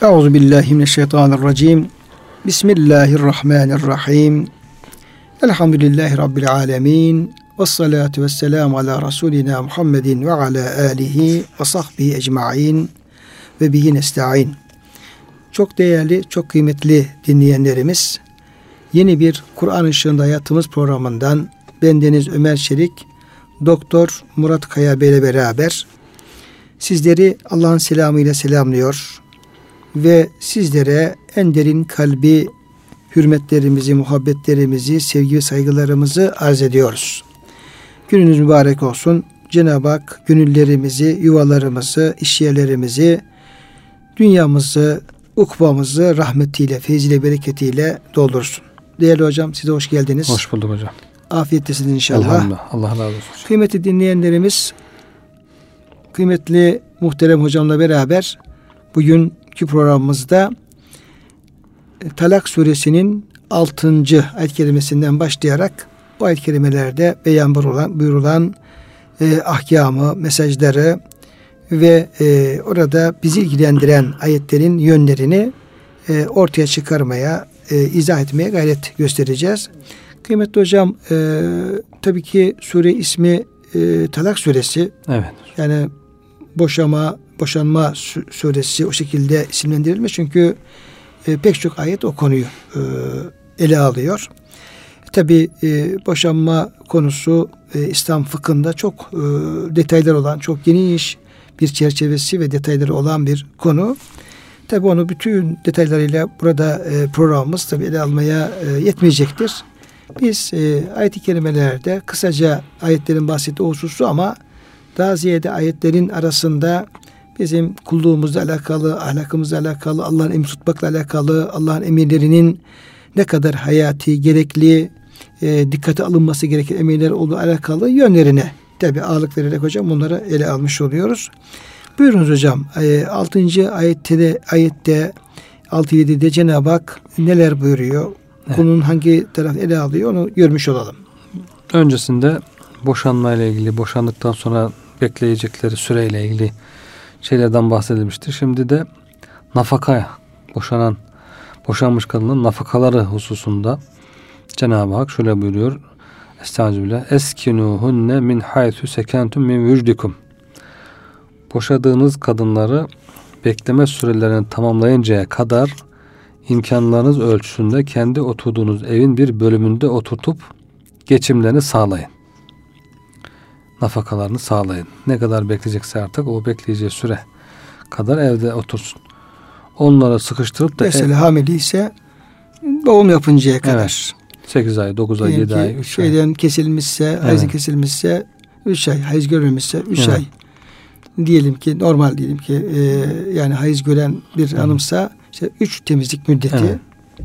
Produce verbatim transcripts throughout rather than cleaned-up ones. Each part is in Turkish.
Euzubillahimineşşeytanirracim. Bismillahirrahmanirrahim. Elhamdülillahi Rabbil alemin. Vessalatu vesselamu ala Resulina Muhammedin ve ala alihi ve sahbihi ecma'in ve bihi nesta'in. Çok değerli, çok kıymetli dinleyenlerimiz, yeni bir Kur'an Işığında Hayatımız programından bendeniz Ömer Çelik, Doktor Murat Kaya Bey ile beraber sizleri Allah'ın selamıyla selamlıyor ve sizlere en derin kalbi hürmetlerimizi, muhabbetlerimizi, sevgi ve saygılarımızı arz ediyoruz. Gününüz mübarek olsun. Cenab-ı Hak gönüllerimizi, yuvalarımızı, işyerlerimizi, dünyamızı, ukbamızı rahmetiyle, feyziyle, bereketiyle doldursun. Değerli hocam, size hoş geldiniz. Hoş bulduk hocam. Afiyettesiniz inşallah. Elhamdülillah. Allah razı olsun. Kıymetli dinleyenlerimiz, kıymetli muhterem hocamla beraber bugünkü programımızda Talak suresinin altıncı ayet kerimesinden başlayarak o ayet kerimelerde beyan buyurulan, buyurulan e, ahkamı, mesajları ve e, orada bizi ilgilendiren ayetlerin yönlerini e, ortaya çıkarmaya, e, izah etmeye gayret göstereceğiz. Kıymetli hocam, e, tabii ki sure ismi e, Talak suresi. Evet. Yani boşama, boşanma suresi o şekilde isimlendirilmiş. Çünkü e, pek çok ayet o konuyu e, ele alıyor. Tabii e, boşanma konusu e, İslam fıkhında çok e, detaylar olan, çok geniş bir çerçevesi ve detayları olan bir konu. Tabii onu bütün detaylarıyla burada e, programımız tabii ele almaya e, yetmeyecektir. Biz e, ayet-i kerimelerde kısaca ayetlerin bahsettiği hususu ama daha ziyade ayetlerin arasında bizim kulluğumuzla alakalı, ahlakımızla alakalı, Allah'ın emir tutmakla alakalı, Allah'ın emirlerinin ne kadar hayati, gerekli, e, dikkate alınması gereken emirler olduğu alakalı yönlerine tabi ağırlık vererek hocam bunları ele almış oluyoruz. Buyurunuz hocam. E, altıncı ayette de, ayette altı yedide Cenab-ı Hak neler buyuruyor? Evet. Konunun hangi taraf ele alıyor onu görmüş olalım. Öncesinde boşanma ile ilgili, boşandıktan sonra bekleyecekleri süreyle ilgili şeylerden bahsedilmiştir. Şimdi de nafaka, boşanan, boşanmış kadının nafakaları hususunda Cenab-ı Hak şöyle buyuruyor. Estağfirullah. Eskinuhunne min haythu sekentum min vücdikum. Boşadığınız kadınları bekleme sürelerini tamamlayıncaya kadar imkanlarınız ölçüsünde kendi oturduğunuz evin bir bölümünde oturtup geçimlerini sağlayın. Nafakalarını sağlayın. Ne kadar bekleyecekse artık o bekleyeceği süre kadar evde otursun. Onları sıkıştırıp da mesela ev... hamile ise doğum yapıncaya kadar. Evet. sekiz ay, dokuz ay, yedi ay, üç ay. Şeyden kesilmişse, evet. hayızın kesilmişse üç ay, hayız görmemişse üç evet. ay. Diyelim ki normal diyelim ki e, yani hayız gören bir evet. hanımsa işte üç temizlik müddeti. Evet.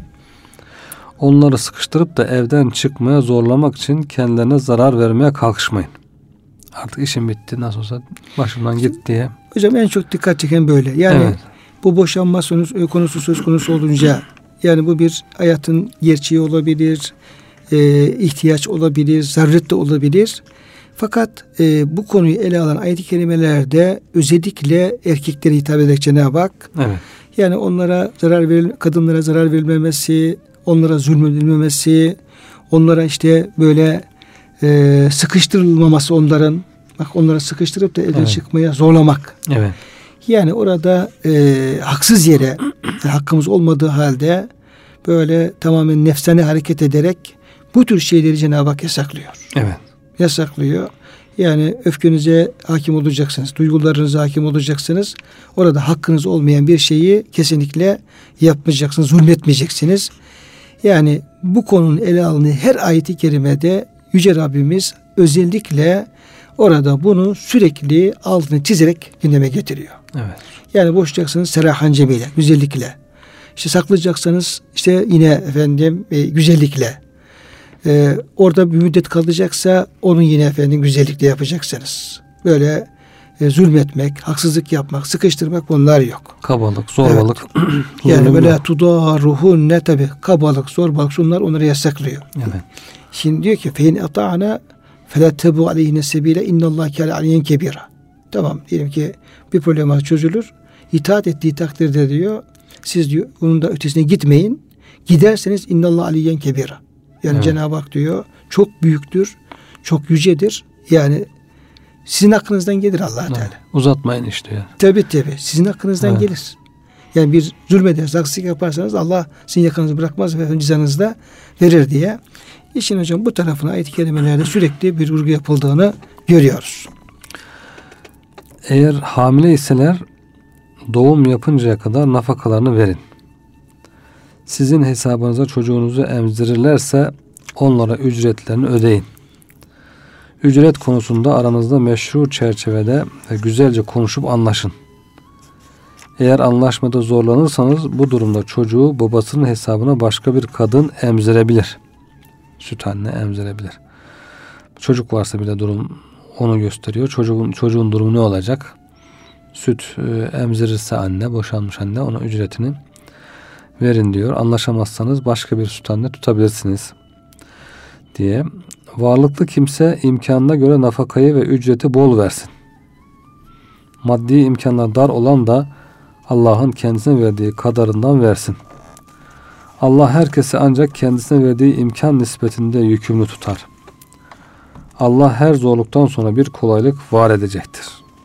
Onları sıkıştırıp da evden çıkmaya zorlamak için kendilerine zarar vermeye kalkışmayın. Artık işim bitti, nasıl olsa başımdan git diye. Hocam en çok dikkat çeken böyle. Yani evet. bu boşanma konusu, konusu söz konusu olunca yani bu bir hayatın gerçeği olabilir, e, ihtiyaç olabilir, zaruret de olabilir. Fakat e, bu konuyu ele alan ayet-i kerimelerde özellikle erkeklere hitap ederek Cenab-ı Hak evet. yani onlara zarar veril, kadınlara zarar verilmemesi, onlara zulmedilmemesi, onlara işte böyle e, sıkıştırılmaması onların, bak onlara sıkıştırıp da evden evet. çıkmaya zorlamak. Evet. Yani orada e, haksız yere hakkımız olmadığı halde böyle tamamen nefsane hareket ederek bu tür şeyleri Cenab-ı Hak yasaklıyor. Evet. Yasaklıyor. Yani öfkenize hakim olacaksınız. Duygularınıza hakim olacaksınız. Orada hakkınız olmayan bir şeyi kesinlikle yapmayacaksınız. Zulmetmeyeceksiniz. Yani bu konunun ele alındığı her ayet-i kerimede Yüce Rabbimiz özellikle orada bunu sürekli altını çizerek gündeme getiriyor. Evet. Yani boşayacaksınız serahan cemiyle, güzellikle. İşte saklayacaksanız işte yine efendim e, güzellikle. Ee, orada bir müddet kalacaksa onun yine efendim güzellikle yapacaksınız. Böyle e, zulmetmek, haksızlık yapmak, sıkıştırmak bunlar yok. Kabalık, zorbalık. Evet. Yani böyle tudaruhun ne tabi kabalık, zorbalık şunlar onları yasaklıyor. Evet. Şimdi diyor ki fein ata'ana fela tebu aleyhine sebile innallah kâle aleyhen kebira. Tamam diyelim ki bir problem var çözülür. İtaat ettiği takdirde diyor Siz diyor bunun da ötesine gitmeyin. Giderseniz innallah aliyyen kebira. Yani evet. Cenab-ı Hak diyor çok büyüktür, çok yücedir. Yani sizin hakkınızdan gelir Allah evet. Teala. Uzatmayın işte ya. Tabii tabii. Sizin hakkınızdan evet. gelir. Yani bir zulmedersiniz, haksızlık yaparsanız Allah sizin yakınızı bırakmaz ve cezanızı verir diye. İşin hocam bu tarafına ayet-i kerimelerde sürekli bir vurgu yapıldığını görüyoruz. Eğer hamile iseler doğum yapıncaya kadar nafakalarını verin. Sizin hesabınıza çocuğunuzu emzirirlerse onlara ücretlerini ödeyin. Ücret konusunda aranızda meşru çerçevede ve güzelce konuşup anlaşın. Eğer anlaşmada zorlanırsanız bu durumda çocuğu babasının hesabına başka bir kadın emzirebilir. Süt anne emzirebilir. Çocuk varsa bile durum onu gösteriyor. Çocuğun çocuğun durumu ne olacak? Süt e, emzirirse anne, boşanmış anne ona ücretini verin diyor. Anlaşamazsanız başka bir süt anne tutabilirsiniz diye. Varlıklı kimse imkanına göre nafakayı ve ücreti bol versin. Maddi imkanlar dar olan da Allah'ın kendisine verdiği kadarından versin. Allah herkesi ancak kendisine verdiği imkan nispetinde yükümlü tutar. Allah her zorluktan sonra bir kolaylık var edecektir.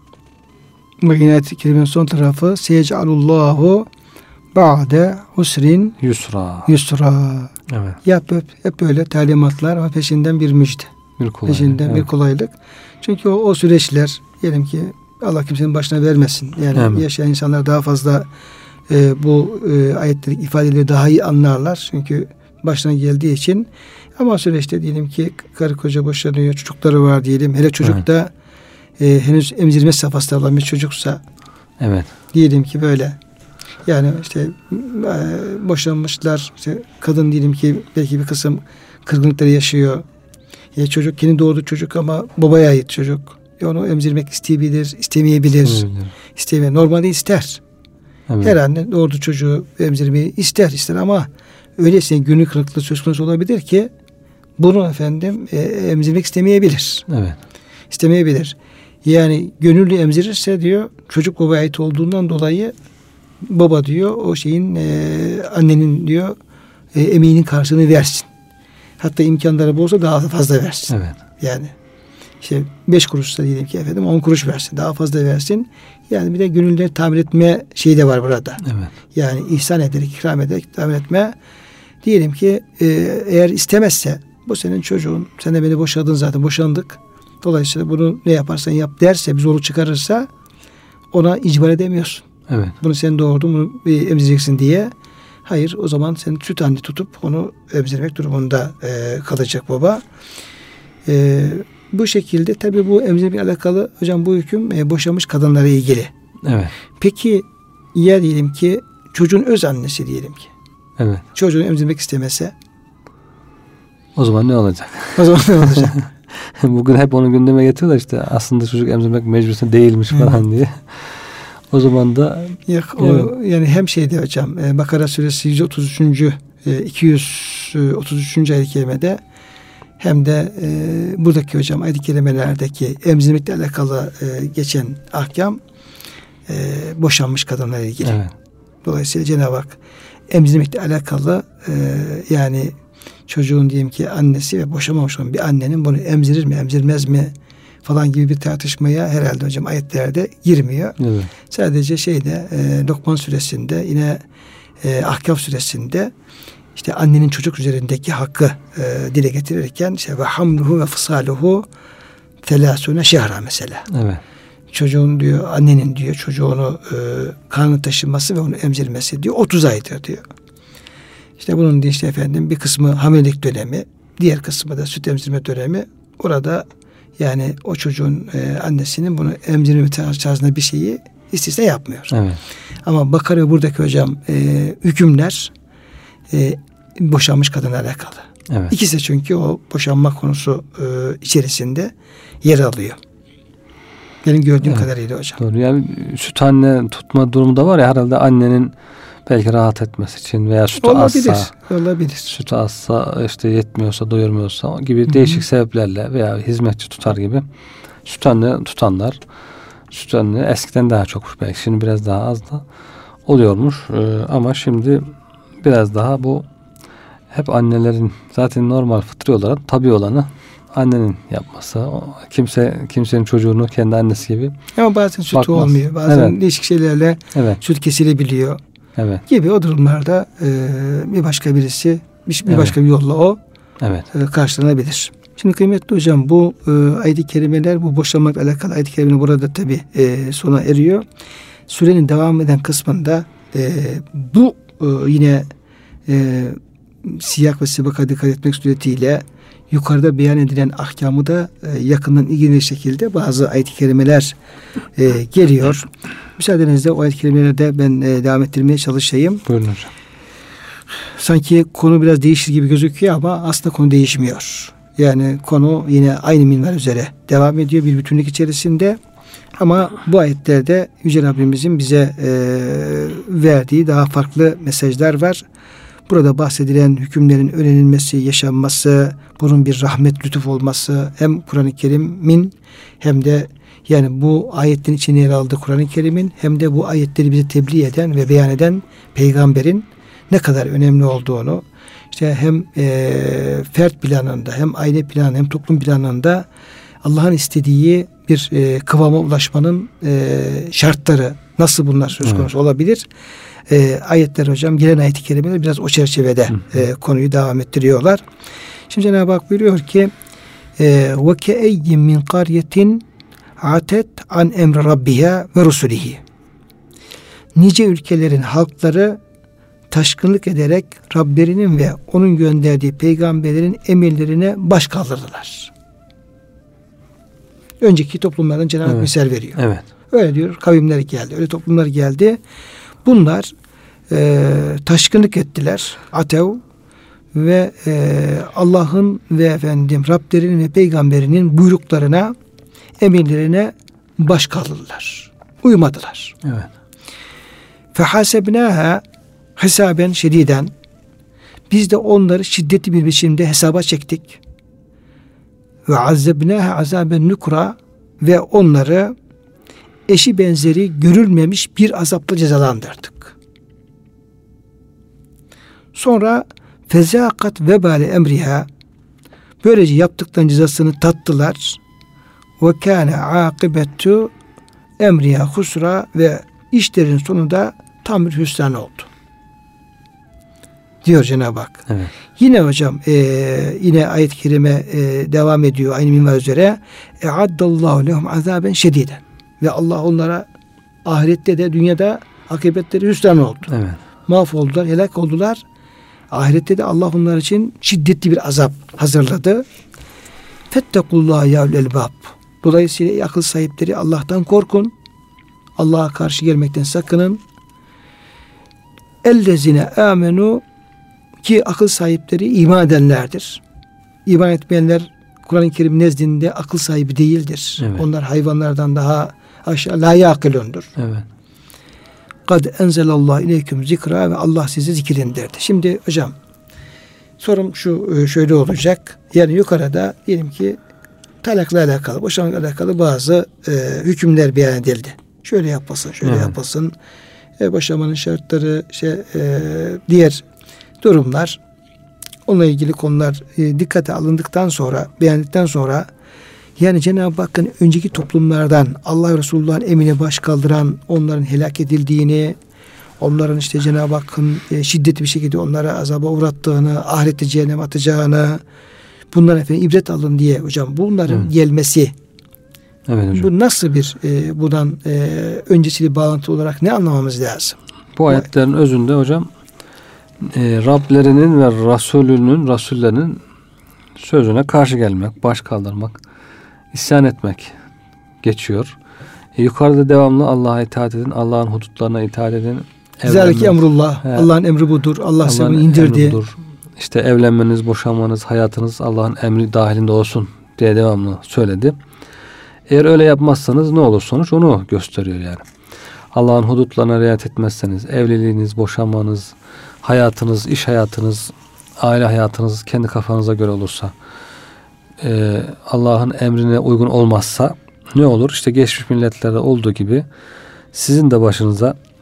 Bu ayet-i kerimenin son tarafı seyec'alullahu ba'de usrin yusra. Yusra. Evet. Yap hep, hep böyle talimatlar ama peşinden bir müjde. Bir kolaylık. Peşinden evet. bir kolaylık. Çünkü o, o süreçler diyelim ki Allah kimsenin başına vermesin. Yani evet. yaşayan insanlar daha fazla e, bu e, ayetleri, ifadeleri daha iyi anlarlar. Çünkü başına geldiği için. Ama süreçte diyelim ki karı koca boşanıyor, çocukları var diyelim. Hele çocuk evet. da e, henüz emzirme safhasında olan bir çocuksa evet. diyelim ki böyle yani işte e, boşanmışlar, işte kadın diyelim ki belki bir kısım kırgınlıkları yaşıyor. Ya çocuk kendi doğduğu çocuk ama babaya ait çocuk. Ya onu emzirmek isteyebilir, istemeyebilir. Evet. İstemeyebilir. Normalde ister. Evet. Her anne doğduğu çocuğu emzirmeyi ister ister ama öylesine günlük kırıklığı söz konusu olabilir ki bunu efendim e, emzirmek istemeyebilir. Evet. İstemeyebilir. Yani gönüllü emzirirse diyor çocuk babaya ait olduğundan dolayı baba diyor o şeyin e, annenin diyor e, emeğinin karşılığını versin. Hatta imkanları bolsa daha fazla versin. Evet. Yani işte beş kuruşsa diyelim ki efendim on kuruş versin. Daha fazla versin. Yani bir de gönülleri tamir etme şeyi de var burada. Evet. Yani ihsan ederek, ikram ederek tamir etme. Diyelim ki e, eğer istemezse bu senin çocuğun, sen de beni boşadın zaten, boşandık. Dolayısıyla bunu ne yaparsan yap derse, bir zorluk çıkarırsa ona icbar edemiyorsun. Evet. Bunu sen doğurdun, bunu e, emzireceksin diye. Hayır, o zaman sen süt anne tutup onu emzirmek durumunda e, kalacak baba. E, bu şekilde tabii bu emzirmekle alakalı hocam bu hüküm e, boşanmış kadınlara ilgili. Evet. Peki ya diyelim ki çocuğun öz annesi diyelim ki. Evet. Çocuğunu emzirmek istemese o zaman ne olacak? O zaman ne olacak? Bugün hep onu gündeme getiriyorlar işte aslında çocuk emzirmek mecburiyeti değilmiş falan diye. O zaman da yok, o, yani hem şeyde hocam Bakara suresi yüz otuz üçüncü iki yüz otuz üçüncü ayet-i kerimede hem de e, buradaki hocam ayet-i kerimelerdeki emzirmekle alakalı e, geçen ahkam e, boşanmış kadınlarla ilgili. Evet. Dolayısıyla Cenab-ı Hak emzirmekle alakalı e, yani çocuğun diyelim ki annesi ve boşanmamış olan bir annenin bunu emzirir mi emzirmez mi falan gibi bir tartışmaya herhalde hocam ayetlerde girmiyor. Evet. Sadece şeyde e, Lokman suresinde yine e, Ahkaf suresinde işte annenin çocuk üzerindeki hakkı e, dile getirirken işte ve hamluhu ve fısaluhu telâsûne şehra mesela. Evet. Çocuğun diyor annenin diyor çocuğunu e, karnı taşıması ve onu emzirmesi diyor otuz aydır diyor. İşte bunun diye işte efendim bir kısmı hamilelik dönemi, diğer kısmı da süt emzirme dönemi. Orada yani o çocuğun e, annesinin bunu emzirme tarzında bir şeyi istisna yapmıyor. Evet. Ama Bakara buradaki hocam e, hükümler e, boşanmış kadınla alakalı. Evet. İkisi çünkü o boşanma konusu e, içerisinde yer alıyor. Benim gördüğüm evet. kadarıyla hocam. Doğru. Yani süt anne tutma durumu da var ya herhalde annenin belki rahat etmesi için veya sütü olabilir, azsa olabilir. sütü azsa işte yetmiyorsa doyurmuyorsa gibi değişik Hı-hı. sebeplerle veya hizmetçi tutar gibi süt anne tutanlar süt anne eskiden daha çok belki şimdi biraz daha az da oluyormuş. Ee, ama şimdi biraz daha bu hep annelerin zaten normal fıtri olarak tabii olanı annenin yapması. O, kimse kimsenin çocuğunu kendi annesi gibi ama bazen süt bakmaz. olmuyor. Bazen Evet. değişik şeylerle evet. süt kesilebiliyor. Evet. Gibi o durumlarda e, bir başka birisi bir, bir evet. başka bir yolla o evet. e, karşılanabilir. Şimdi kıymetli hocam bu e, ayet-i kerimeler bu boşanmakla alakalı ayet-i kerimeler burada tabi e, sona eriyor. Sürenin devam eden kısmında e, bu e, yine e, siyak ve sibaka dikkat etmek suretiyle yukarıda beyan edilen ahkamı da e, yakından ilgili şekilde bazı ayet-i kerimeler e, geliyor. Müsaadenizle o ayet-i kerimeleri de ben e, devam ettirmeye çalışayım. Buyurun hocam. Sanki konu biraz değişir gibi gözüküyor ama aslında konu değişmiyor. Yani konu yine aynı minval üzere devam ediyor bir bütünlük içerisinde. Ama bu ayetlerde Yüce Rabbimizin bize e, verdiği daha farklı mesajlar var. Burada bahsedilen hükümlerin öğrenilmesi, yaşanması, bunun bir rahmet, lütuf olması hem Kur'an-ı Kerim'in hem de yani bu ayetlerin içine yer aldığı Kur'an-ı Kerim'in hem de bu ayetleri bize tebliğ eden ve beyan eden peygamberin ne kadar önemli olduğunu işte hem e, fert planında hem aile planında hem toplum planında Allah'ın istediği bir e, kıvama ulaşmanın e, şartları nasıl bunlar söz konusu evet. olabilir? E, ayetler hocam gelen ayet-i kerimeler biraz o çerçevede e, konuyu devam ettiriyorlar. Şimdi Cenab-ı Hak buyuruyor ki ve ke'eyyin min qaryetin atet an emri rabbiha ve rusulihi. Nice ülkelerin halkları taşkınlık ederek Rablerinin ve onun gönderdiği peygamberlerin emirlerine baş kaldırdılar. Önceki toplumlardan Cenab-ı Hak evet. misal veriyor. Evet. Öyle diyor. Kavimler geldi. Öyle toplumlar geldi. Bunlar e, taşkınlık ettiler. Atev ve e, Allah'ın ve efendim Rablerinin ve peygamberinin buyruklarına, emirlerine baş kaldırdılar. Uymadılar. Evet. Fehasebnaha hesaben şediden. Biz de onları şiddetli bir biçimde hesaba çektik. Ve azzebnaha azaben nukra ve onları eşi benzeri görülmemiş bir azapla cezalandırdık. Sonra fezakat vebale emriha böylece yaptıklarının cezasını tattılar. Ve kâne âkıbetu emriha husra ve işlerin sonunda tam bir hüsran oldu. Diyor Cenab-ı Hak. Evet. Yine hocam e, yine ayet-i kerime e, devam ediyor aynı minval üzere. E'addallahu lehum azaben şediden. Ve Allah onlara ahirette de dünyada akıbetleri hüsran oldu. Evet. Mahvoldular, helak oldular. Ahirette de Allah onlar için şiddetli bir azap hazırladı. Fettekullaha ya ulul elbab. Dolayısıyla akıl sahipleri Allah'tan korkun. Allah'a karşı gelmekten sakının. Ellezine amenu ki akıl sahipleri iman edenlerdir. İman etmeyenler Kur'an-ı Kerim nezdinde akıl sahibi değildir. Evet. Onlar hayvanlardan daha aşağı la yakilundur. Evet. Kad enzelallahu ileyküm zikra ve Allah sizi zikrindirdi. Şimdi hocam sorum şu şöyle olacak. Yani yukarıda diyelim ki talakla alakalı, boşanmakla alakalı bazı e, hükümler beyan edildi. Şöyle yapasın, şöyle evet. yapasın. E, boşanmanın şartları, şey, e, diğer durumlar, onunla ilgili konular e, dikkate alındıktan sonra, beğendikten sonra, yani Cenab-ı Hakk'ın önceki toplumlardan Allah Resulullah'ın emrine baş kaldıran, onların helak edildiğini, onların işte Cenab-ı Hakk'ın e, şiddetli bir şekilde onlara azaba uğrattığını, ahirette cehenneme atacağını, bundan efendim ibret alın diye hocam bunların evet. gelmesi. Evet hocam. Bu nasıl bir e, buradan e, öncesili bağlantı olarak ne anlamamız lazım? Bu ayetlerin özünde hocam e, Rablerinin ve Resulünün, Rasullerinin sözüne karşı gelmek, baş kaldırmak, isyan etmek geçiyor. E, yukarıda devamlı Allah'a itaat edin, Allah'ın hudutlarına itaat edin. Zalike emrullah. Evet. Allah'ın emri budur. Allah size bunu indirdi. Budur. İşte evlenmeniz, boşanmanız, hayatınız Allah'ın emri dahilinde olsun diye devamlı söyledi. Eğer öyle yapmazsanız ne olur sonuç? Onu gösteriyor yani. Allah'ın hudutlarına riayet etmezseniz, evliliğiniz, boşanmanız, hayatınız, iş hayatınız, aile hayatınız kendi kafanıza göre olursa, e, Allah'ın emrine uygun olmazsa ne olur? İşte geçmiş milletlerde olduğu gibi sizin de başınıza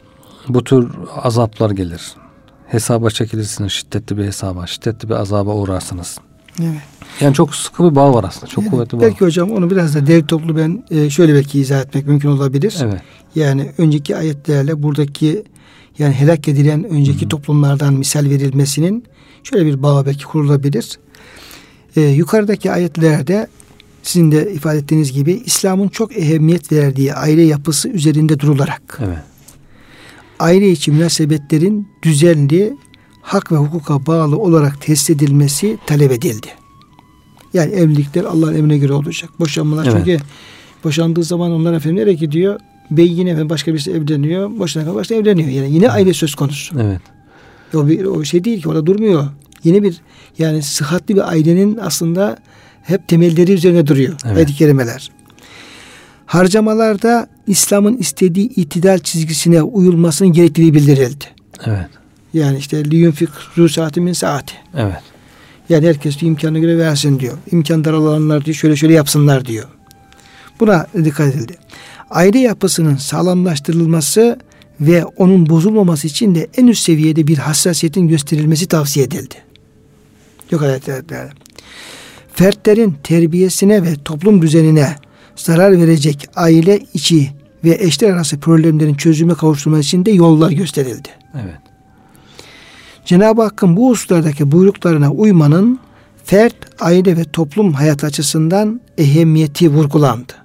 bu tür azaplar gelir. Hesaba çekilirsiniz, şiddetli bir hesaba, şiddetli bir azaba uğrarsınız. Evet. Yani çok sıkı bir bağ var aslında. Çok yani kuvvetli bir belki bağ. hocam onu biraz da derli toplu ben e, şöyle belki izah etmek mümkün olabilir. Evet. Yani önceki ayetlerle buradaki yani helak edilen önceki Hı-hı. toplumlardan misal verilmesinin şöyle bir bağ belki kurulabilir. E, yukarıdaki ayetlerde sizin de ifade ettiğiniz gibi İslam'ın çok ehemmiyet verdiği aile yapısı üzerinde durularak evet. aile içi münasebetlerin düzenli, hak ve hukuka bağlı olarak tesis edilmesi talep edildi. Yani evlilikler Allah'ın emrine göre olacak. Boşanmalar evet. çünkü boşandığı zaman onlar efendim nereye gidiyor? Bey yine efendim başka birisi evleniyor. Boşanan başka evleniyor. Yani yine evet. aile söz konusu. Evet. O, bir, o şey değil ki orada durmuyor. Yine bir yani sıhhatli bir ailenin aslında hep temelleri üzerine duruyor. Evet. Ayet-i kerimeler. Harcamalarda İslam'ın istediği itidal çizgisine uyulmasının gerektiği bildirildi. Evet. Yani işte liyunfik zu saati min saati. Evet. Yani herkes imkanına göre versin diyor. İmkan daralananlar diyor şöyle şöyle yapsınlar diyor. Buna dikkat edildi. Aile yapısının sağlamlaştırılması ve onun bozulmaması için de en üst seviyede bir hassasiyetin gösterilmesi tavsiye edildi. Yok ayetlerde. Fertlerin terbiyesine ve toplum düzenine zarar verecek aile içi ve eşler arası problemlerin çözüme kavuşturması için de yollar gösterildi. Evet. Cenab-ı Hakk'ın bu hususlardaki buyruklarına uymanın fert, aile ve toplum hayatı açısından ehemmiyeti vurgulandı.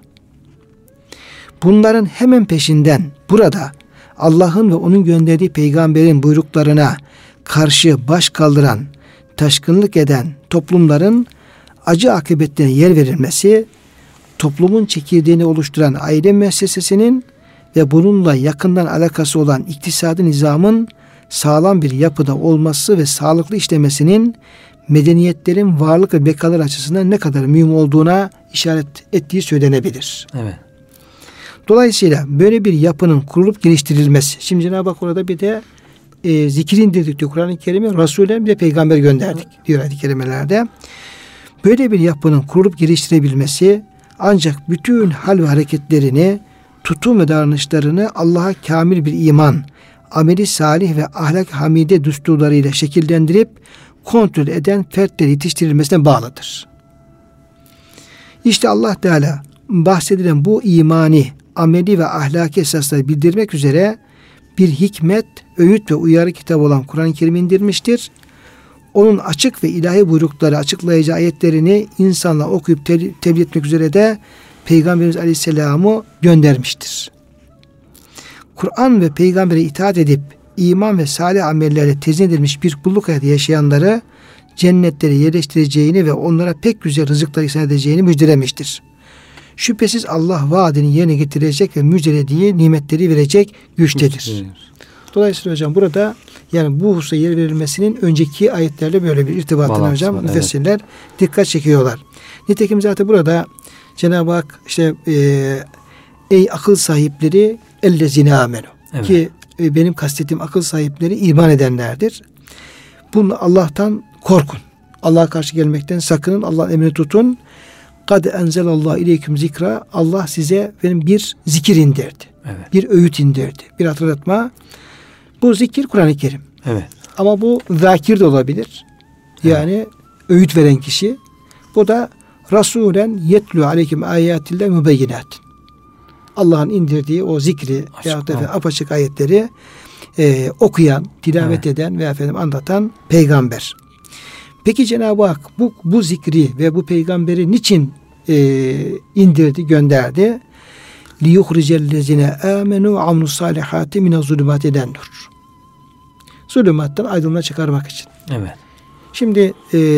Bunların hemen peşinden burada Allah'ın ve onun gönderdiği peygamberin buyruklarına karşı baş kaldıran, taşkınlık eden toplumların acı akıbetlerine yer verilmesi, toplumun çekirdeğini oluşturan aile müessesesinin ve bununla yakından alakası olan iktisadi nizamın sağlam bir yapıda olması ve sağlıklı işlemesinin medeniyetlerin varlık ve bekalar açısından ne kadar mühim olduğuna işaret ettiği söylenebilir. Evet. Dolayısıyla böyle bir yapının kurulup geliştirilmesi. Şimdi Cenab-ı Hak orada bir de e, zikir indirdik diyor Kur'an-ı Kerim'e. Resul'e bir de peygamber gönderdik diyor ayet-i kerimelerde. Böyle bir yapının kurulup geliştirebilmesi ancak bütün hal ve hareketlerini, tutum ve davranışlarını Allah'a kamil bir iman, ameli salih ve ahlak hamide düsturlarıyla şekillendirip kontrol eden fertleri yetiştirilmesine bağlıdır. İşte Allah Teala bahsedilen bu imani, ameli ve ahlaki esasları bildirmek üzere bir hikmet, öğüt ve uyarı kitabı olan Kur'an-ı Kerim indirmiştir. Onun açık ve ilahi buyrukları, açıklayıcı ayetlerini insanla okuyup te- tebliğ etmek üzere de Peygamberimiz Aleyhisselam'ı göndermiştir. Kur'an ve peygambere itaat edip iman ve salih amellerle tezin edilmiş bir kulluk hayatı yaşayanları cennetlere yerleştireceğini ve onlara pek güzel rızıklar ihsan edeceğini müjdelemiştir. Şüphesiz Allah vaadini yerine getirecek ve müjdelediği nimetleri verecek güçtedir. Dolayısıyla hocam burada yani bu hususa yer verilmesinin önceki ayetlerle böyle bir irtibatını Balans hocam var, müfessirler evet. dikkat çekiyorlar. Nitekim zaten burada Cenab-ı Hak işte e, ey akıl sahipleri ellezine amenu evet. ki e, benim kastettiğim akıl sahipleri iman edenlerdir. Bunu Allah'tan korkun. Allah'a karşı gelmekten sakının. Allah'ın emrini tutun. Kad enzelallahu ileyküm zikra. Allah size benim bir zikir indirdi. Evet. Bir öğüt indirdi. Bir hatırlatma. Bu zikir Kur'an-ı Kerim. Evet. Ama bu zakir de olabilir. Yani evet. öğüt veren kişi. Bu da Rasulen yetlu aleyküm ayatillah mübeyyinat. Allah'ın indirdiği o zikri veyahut da efendim, apaçık ayetleri e, okuyan, tilavet evet. eden ve efendim anlatan peygamber. Peki Cenab-ı Hak bu, bu zikri ve bu peygamberi niçin e, indirdi, gönderdi? liyuhricellezine amenu amnus salihati mine zulümati nur. Zulümattan aydınlığa çıkarmak için. Evet. Şimdi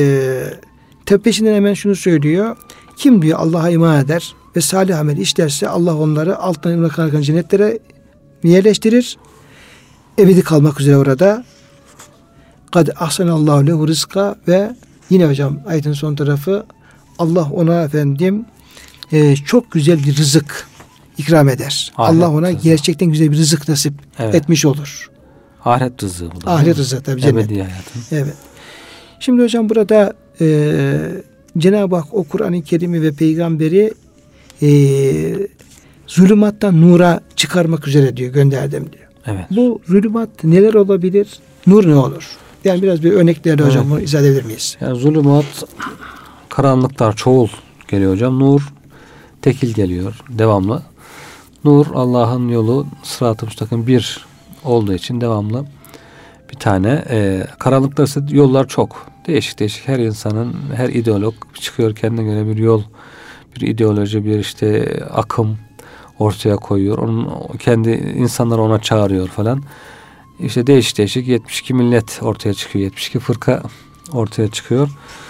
e, peşinden hemen şunu söylüyor. Kim diyor Allah'a iman eder ve salih amel işlerse Allah onları alttan ırmak akan cennetlere yerleştirir. Ebedi kalmak üzere orada. Kad ahsanallahu lehu rizka ve yine hocam ayetin son tarafı Allah ona efendim e, çok güzel bir rızık ikram eder. Ahiret Allah ona rızık. Gerçekten güzel bir rızık nasip evet. etmiş olur. Ahiret rızığı bu da. Ahiret rızığı tabii cennet. Ebedi hayatın. Evet. Şimdi hocam burada e, Cenab-ı Hak o Kur'an-ı Kerim'i ve peygamberi e, zulümattan nura çıkarmak üzere diyor, gönderdim diyor. Evet. Bu zulümat neler olabilir? Nur ne olur? Yani biraz bir örneklerle hocam Evet. bunu izah edebilir miyiz? Yani zulümat, karanlıklar çoğul geliyor hocam. Nur tekil geliyor devamlı. Nur Allah'ın yolu, sırat-ı müstakim bir olduğu için devamlı bir tane. E, karanlıklar ise yollar çok. Değişik değişik, her insanın, her ideolog çıkıyor kendine göre bir yol, bir ideoloji, bir işte akım ortaya koyuyor. Onun kendi insanları ona çağırıyor falan. İşte değişik değişik yetmiş iki millet ortaya çıkıyor. yetmiş iki fırka ortaya çıkıyor.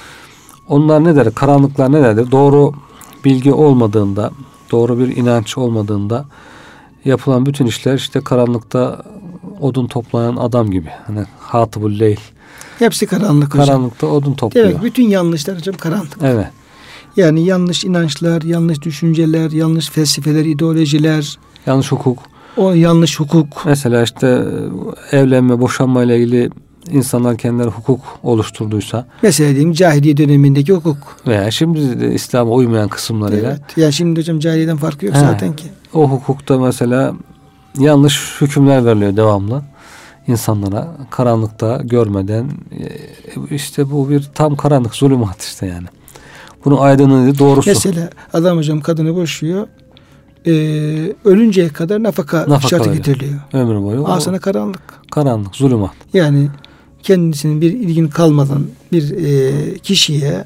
Onlar ne der? Karanlıklar ne derdir? Doğru bilgi olmadığında, doğru bir inanç olmadığında yapılan bütün işler işte karanlıkta odun toplayan adam gibi. Hani Hatibul Leyl. Hepsi karanlık hocam. Karanlıkta odun topluyor. Demek bütün yanlışlar hocam karanlık. Evet. Yani yanlış inançlar, yanlış düşünceler, yanlış felsefeler, ideolojiler, Yanlış hukuk. o yanlış hukuk. Mesela işte evlenme, boşanma ile ilgili insanlar kendileri hukuk oluşturduysa, Mesela diyeyim cahiliye dönemindeki hukuk. veya şimdi de İslam'a uymayan kısımlarıyla, Evet. Yani şimdi hocam cahiliyeden farkı yok He. zaten ki. o hukukta mesela yanlış hükümler veriliyor devamlı insanlara, karanlıkta görmeden. İşte bu bir tam karanlık, zulümat işte yani. Bunun aydınlığı doğrusu. Mesela adam hocam kadını boşuyor. E, ölünceye kadar nafaka, Nafaka şartı öyle. getiriliyor. Ömür boyu. Al o sana karanlık. karanlık, zulümat. Yani kendisinin bir ilgin kalmadan bir e, kişiye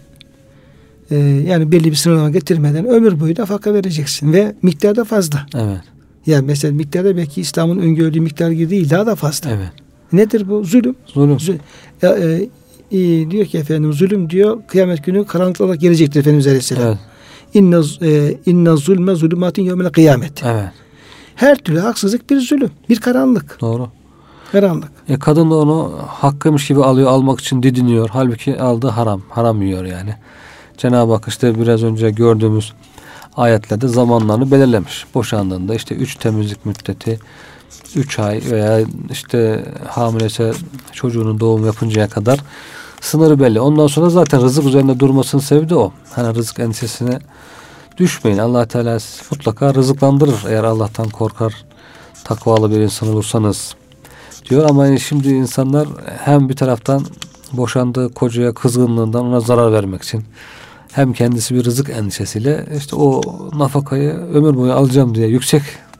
e, yani belli bir sınırlama getirmeden ömür boyu nafaka vereceksin ve miktarda fazla. Evet. Yani mesela miktarda belki İslam'ın öngördüğü miktar gibi değil, daha da fazla. Evet. Nedir bu? Zulüm. Zulüm. Zul- ya, e, e, diyor ki efendim zulüm diyor kıyamet günü karanlık olarak gelecektir Efendimiz Aleyhisselam. Evet. İnne e, inne zulme zulümatin yevmel kıyamet. Evet. Her türlü haksızlık bir zulüm, bir karanlık. Doğru. Karanlık. E kadın da onu hakkıymış gibi alıyor, almak için didiniyor. Halbuki aldığı haram. Haram yiyor yani. Cenab-ı Hak işte biraz önce gördüğümüz ayetlerde zamanlarını belirlemiş. Boşandığında işte üç temizlik müddeti, üç ay veya işte hamilese çocuğunun doğum yapıncaya kadar sınırı belli. Ondan sonra zaten rızık üzerinde durmasının sebebi de o. Hani rızık endişesine düşmeyin. Allah Teala mutlaka rızıklandırır eğer Allah'tan korkar, takvalı bir insan olursanız diyor. Ama şimdi insanlar hem bir taraftan boşandığı kocaya kızgınlığından ona zarar vermek için, hem kendisi bir rızık endişesiyle işte o nafakayı ömür boyu alacağım diye, yüksek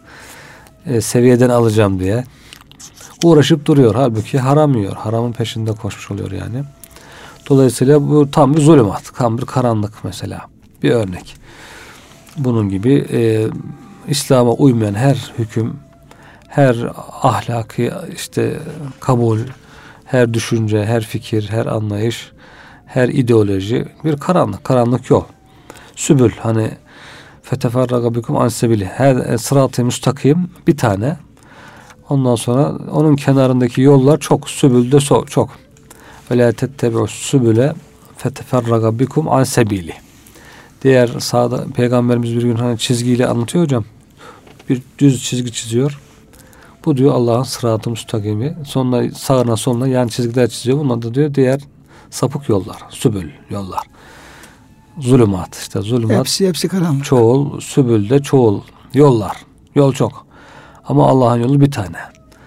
e, seviyeden alacağım diye uğraşıp duruyor. Halbuki haram yiyor. Haramın peşinde koşmuş oluyor yani. Dolayısıyla bu tam bir zulümat, tam bir karanlık mesela. Bir örnek. Bunun gibi e, İslam'a uymayan her hüküm, her ahlaki işte kabul, her düşünce, her fikir, her anlayış, her ideoloji bir karanlık, karanlık yol. Sübül, hani feteferraga bikum ansebili, her sırat-ı müstakim bir tane. Ondan sonra onun kenarındaki yollar çok, sübül de so, çok. Ve la tettebi'us sübüle feteferraga bikum ansebili. Diğer sağda Peygamberimiz bir gün hani çizgiyle anlatıyor hocam. Bir düz çizgi çiziyor. Bu diyor Allah'ın sırat-ı müstakimi. Sonra sağına soluna yan çizgiler çiziyor. Bunlar da diyor diğer sapık yollar, sübül yollar. Zulümat işte zulümat. Hepsi hepsi karanlık. Çoğul, sübül de çoğul yollar. Yol çok. Ama Allah'ın yolu bir tane.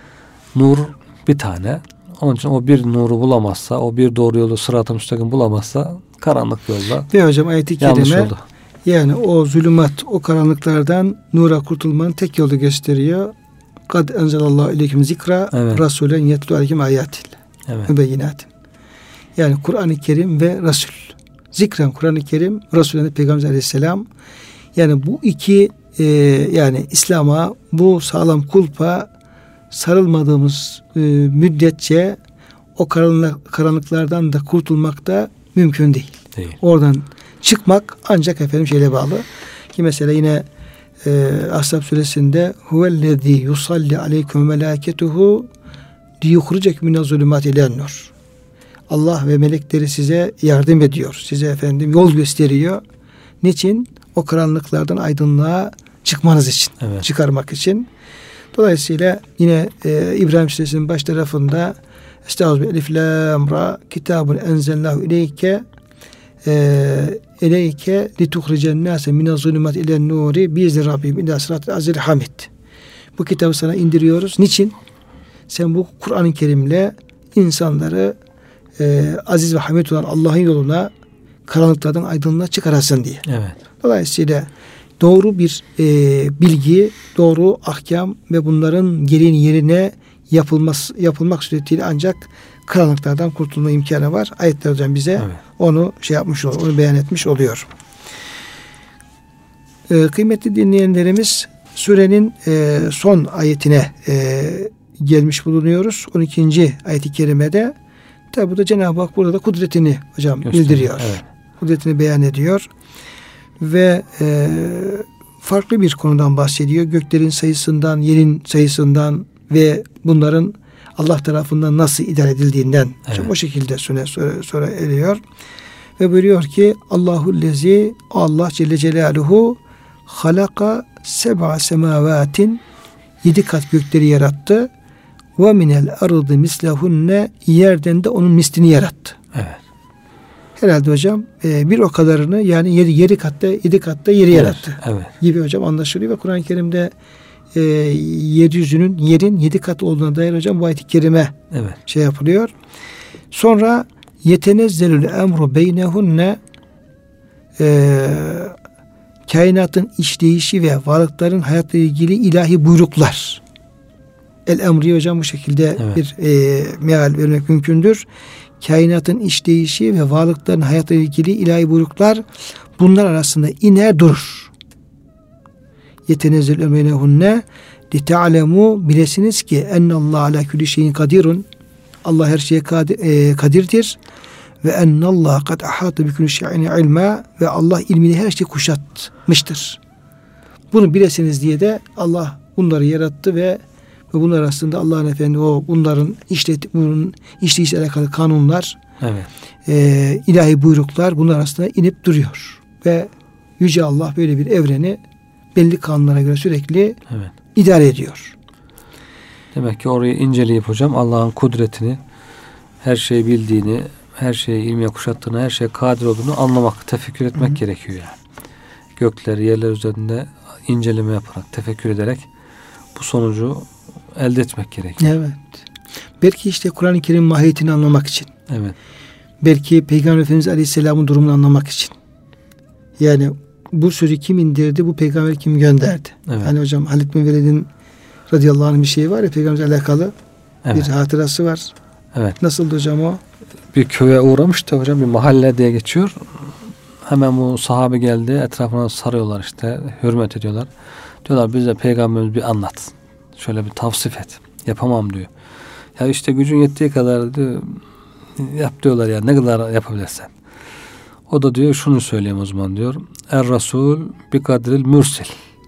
Nur bir tane. Onun için o bir nuru bulamazsa, o bir doğru yolu sırat-ı müstakim bulamazsa karanlık yolda Ve hocam ayet-i yanlış kerime oldu. yani o zulümat, o karanlıklardan nura kurtulmanın tek yolu gösteriyor. Kad enzelallahu aleyküm zikra Evet. rasulen yetlu aleyküm ayatil. Evet. Mübeyyinatin. Yani Kur'an-ı Kerim ve Resul. Zikren Kur'an-ı Kerim, Resulullah Peygamber Aleyhisselam. Yani bu iki e, yani İslam'a bu sağlam kulpa sarılmadığımız e, müddetçe o karanlık, karanlıklardan da kurtulmak da mümkün değil. Değil. Oradan çıkmak ancak efendim şeyle bağlı. Ki mesela yine e, Ashab suresinde huvellezî yusalli aleyküm melâketuhu liyukhricekum minez-zulümâti ilen-nur. Allah ve melekleri size yardım ediyor. Size efendim yol gösteriyor. Niçin? O karanlıklardan aydınlığa çıkmanız için. Evet. Çıkarmak için. Dolayısıyla yine e, İbrahim Suresinin baş tarafında Estağfirullah elif lam ra kitabun enzelnahu ileyke e, ileyke lituhricen nase minez-zulümâti ilen-nûri biizni rabbihim ilâ sıratil azizil hamid. Bu kitabı sana indiriyoruz. Niçin? sen bu Kur'an-ı Kerim'le insanları e, aziz ve hamid olan Allah'ın yoluna, karanlıklardan aydınlığa çıkarasın diye. Evet. Dolayısıyla doğru bir e, bilgi, doğru ahkam ve bunların gereğini yerine yapılması, yapılmak suretiyle ancak karanlıklardan kurtulma imkanı var. Ayetler hocam bize evet. onu şey yapmış oluyor, onu beyan etmiş oluyor. E, kıymetli dinleyenlerimiz, surenin e, son ayetine e, gelmiş bulunuyoruz. on ikinci ayet-i kerimede tabi burada Cenab-ı Hak burada kudretini hocam gösteriyor. Bildiriyor. Evet. Kudretini beyan ediyor. Ve e, farklı bir konudan bahsediyor. Göklerin sayısından, yerin sayısından ve bunların Allah tarafından nasıl idare edildiğinden. Evet. O şekilde sonra, sonra, sonra ediyor. Ve buyuruyor ki Allahu'llezi, Allah Celle Celaluhu halaka seb'a semavatin, yedi kat gökleri yarattı. Ve minel ardı mislahunne, yerden de onun mislini yarattı. Evet. Herhalde hocam e, bir o kadarını, yani yedi, yedi katta yedi katta yeri evet, yarattı. Evet. Gibi hocam anlaşılıyor ve Kur'an-ı Kerim'de e, yeryüzünün yerin yedi kat olduğuna dair hocam bu ayet-i kerime evet. şey yapılıyor. Sonra yetenezzelül emru beynehunne, e, kainatın işleyişi ve varlıkların hayatla ilgili ilahi buyruklar. El emri hocam bu şekilde evet. bir e, meal vermek mümkündür. Kainatın işleyişi ve varlıkların hayatla ilgili ilahi buyruklar bunlar arasında iner durur. Yetenezzül emenehunne li ta'lemu, bilesiniz ki ennallahu ala kulli şeyin kadirun, Allah her şeye kadir, e, kadirdir ve ennallahu kad ahata bi kulli şeyin ilma, ve Allah ilmini her şeyi kuşatmıştır. Bunu bilesiniz diye de Allah bunları yarattı ve Ve bunlar aslında Allah'ın efendi o bunların işlet bunun işleyişle alakalı kanunlar, evet. e, ilahi buyruklar bunlar aslında inip duruyor. Ve Yüce Allah böyle bir evreni belli kanunlara göre sürekli evet. idare ediyor. Demek ki orayı inceleyip hocam Allah'ın kudretini, her şeyi bildiğini, her şeyi ilmiye kuşattığını, her şeye kadir olduğunu anlamak, tefekkür etmek Hı-hı. gerekiyor yani. Gökler, yerler üzerinde inceleme yaparak, tefekkür ederek bu sonucu elde etmek gerekiyor. Evet. Belki işte Kur'an-ı Kerim mahiyetini anlamak için. Evet. Belki Peygamber Efendimiz Aleyhisselam'ın durumunu anlamak için. Yani bu sözü kim indirdi, bu peygamber kim gönderdi? Evet. Hani hocam Halid bin Velid'in radıyallahu anh bir şey var ya, peygamberle alakalı evet. bir hatırası var. Evet. Nasıldı hocam o? Bir köye uğramış da hocam, bir mahalle diye geçiyor. Hemen bu sahabe geldi, etrafına sarıyorlar işte, hürmet ediyorlar. Diyorlar bize peygamberimiz bir anlat. Şöyle bir tavsif et. Yapamam diyor. Ya işte gücün yettiği kadar diyor, yap diyorlar ya, ne kadar yapabilirsen. O da diyor şunu söyleyeyim o zaman diyor. Er Rasul bi kadril mürsil.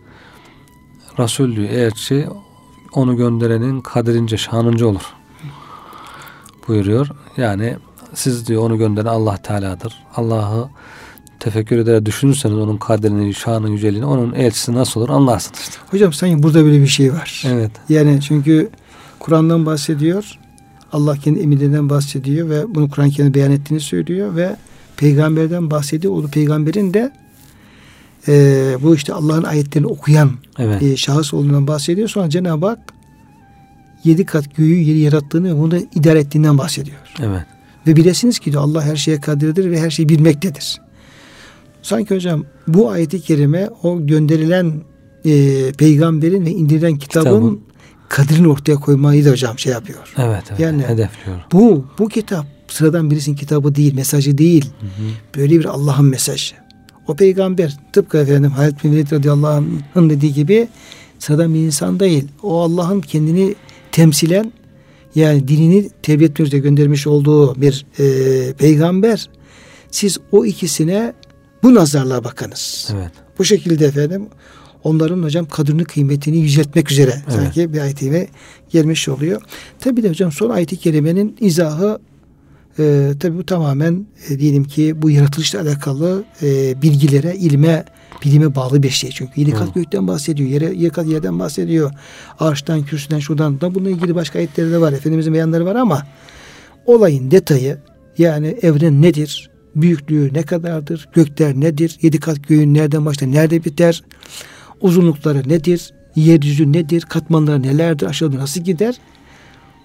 Rasul diyor elçi onu gönderenin kadrince, şanınca olur. Buyuruyor. Yani siz diyor onu gönderen Allah Teala'dır. Allah'ı tefekkür ederek düşünürseniz onun kadrini, şanın, yüceliğini, onun elçisi nasıl olur anlarsınız işte. Hocam sanki burada böyle bir şey var. Evet. Yani çünkü Kur'an'dan bahsediyor. Allah kendi emirlerinden bahsediyor ve bunu Kur'an kendi beyan ettiğini söylüyor ve peygamberden bahsediyor. O da peygamberin de e, bu işte Allah'ın ayetlerini okuyan evet. e, şahıs olduğundan bahsediyor. Sonra Cenab-ı Hak yedi kat göğü yeri yarattığını ve bunu da idare ettiğinden bahsediyor. Evet. Ve bilesiniz ki diyor Allah her şeye kadirdir ve her şeyi bilmektedir. Sanki hocam bu ayet-i kerime o gönderilen e, peygamberin ve indirilen kitabın, kitabın kadrini ortaya koymayı da hocam şey yapıyor. Evet, evet. Yani hedefliyor. Bu bu kitap sıradan birisinin kitabı değil, mesajı değil. Hı hı. Böyle bir Allah'ın mesajı. O peygamber tıpkı efendim Halid bin Velid radıyallahu anh'ın dediği gibi sıradan bir insan değil. O Allah'ın kendini temsilen, yani dinini tebliğ etmek üzere göndermiş olduğu bir e, peygamber. Siz o ikisine bu nazarla bakınız. Evet. Bu şekilde efendim onların hocam kadrini, kıymetini yüceltmek üzere evet. sanki bir ayet-i gelmiş oluyor. Tabi de hocam son ayet-i kerimenin izahı e, tabi bu tamamen e, diyelim ki bu yaratılışla alakalı e, bilgilere, ilme, bilime bağlı bir şey. Çünkü yedi kat gökten bahsediyor. Yere, yedi kat yerden bahsediyor. Ağaçtan, kürsüden, şuradan da bununla ilgili başka ayetleri de var. Efendimizin beyanları var ama olayın detayı, yani evren nedir? Büyüklüğü ne kadardır? Gökler nedir? Yedi kat göğün nereden başlar? Nerede biter? Uzunlukları nedir? Yeryüzü nedir? Katmanları nelerdir? Aşağıda nasıl gider?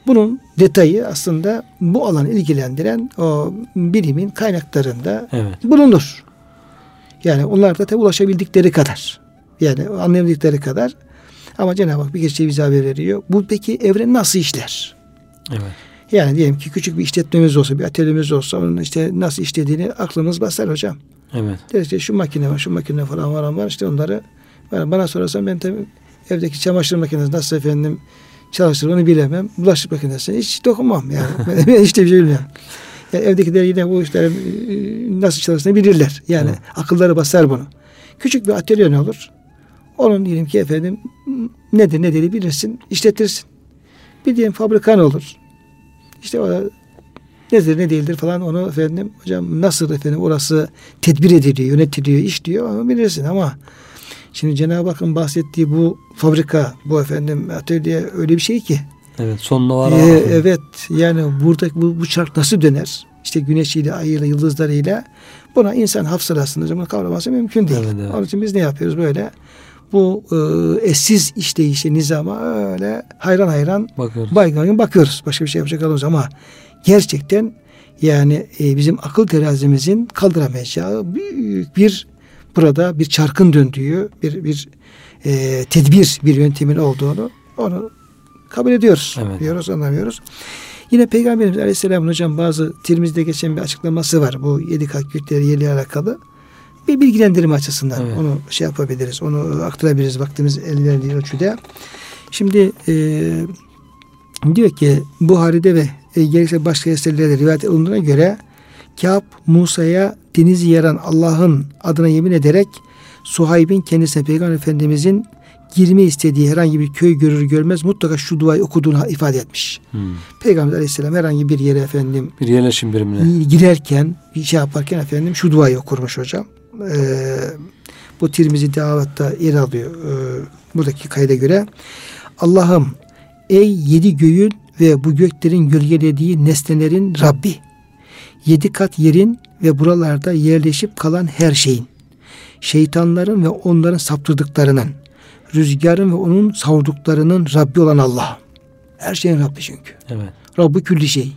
Bunun detayı aslında bu alanı ilgilendiren o bilimin kaynaklarında evet. bulunur. Yani onlar da tabi ulaşabildikleri kadar. Yani anlayabildikleri kadar. Ama Cenab-ı Hak bir kez bize haber veriyor. Bu peki evren nasıl işler? Evet. Yani diyelim ki küçük bir işletmemiz olsa, bir atölyemiz olsa onun işte nasıl işlediğini aklımız basar hocam. Evet. Deriz ki şu makine var, şu makine falan var var. İşte onları bana sorarsan ben tabii evdeki çamaşır makinesi nasıl efendim çalıştığını bilemem. Bulaşık makinesine hiç dokunmam yani. Ben hiç de bir şey bilmiyorum. Yani evdekiler yine bu işlerin nasıl çalıştığını bilirler. Yani evet. akılları basar bunu. Küçük bir atölye ne olur? Onun diyelim ki efendim nedir ne değil bilirsin, işletirsin. Bir diyelim fabrikan olur. İşte o nedir ne değildir falan onu efendim hocam nasıl efendim orası tedbir ediliyor, yönetiliyor, işliyor onu bilirsin ama şimdi Cenab-ı Hakk'ın bahsettiği bu fabrika, bu efendim atölye öyle bir şey ki. Evet, sonuna var. Ee, evet, yani burada bu, bu çark nasıl döner? İşte güneşiyle, ayıyla, yıldızlarıyla buna insan hafsalasında bunu kavraması mümkün değil. Evet, evet. Onun için biz ne yapıyoruz böyle? Bu e, eşsiz işleyişe, nizama öyle hayran hayran bakıyoruz. Baygın bakıyoruz. Başka bir şey yapacak oluruz ama gerçekten yani e, bizim akıl terazimizin kaldıramayacağı büyük bir burada bir çarkın döndüğü bir bir e, tedbir bir yöntemin olduğunu onu kabul ediyoruz. Evet. Diyoruz, anlamıyoruz. Yine Peygamberimiz Aleyhisselam'ın hocam bazı Tirmiz'de geçen bir açıklaması var. Bu yedi kat gökleri yerle alakalı. Bir bilgilendirme açısından evet. onu şey yapabiliriz. Onu aktarabiliriz vaktimiz el verdiği ölçüde. Şimdi e, diyor ki Buhari'de ve e, gerekse başka eserlerde rivayet olunduğuna göre Kâb Musa'ya denizi yaran Allah'ın adına yemin ederek Suhayb'in kendisine Peygamber Efendimizin girme istediği herhangi bir köy görür görmez mutlaka şu duayı okuduğunu ifade etmiş. Hmm. Peygamber Aleyhisselam herhangi bir yere efendim bir yerleşim birimine girerken bir şey yaparken efendim şu duayı okurmuş hocam. Ee, bu Tirmizi Davet'ta yer alıyor. Ee, buradaki kayda göre Allah'ım ey yedi göğün ve bu göklerin gölgelediği nesnelerin Rabbi, yedi kat yerin ve buralarda yerleşip kalan her şeyin, şeytanların ve onların saptırdıklarının, rüzgarın ve onun savurduklarının Rabbi olan Allah. Her şeyin Rabbi çünkü. Evet. Rabbi külli şey.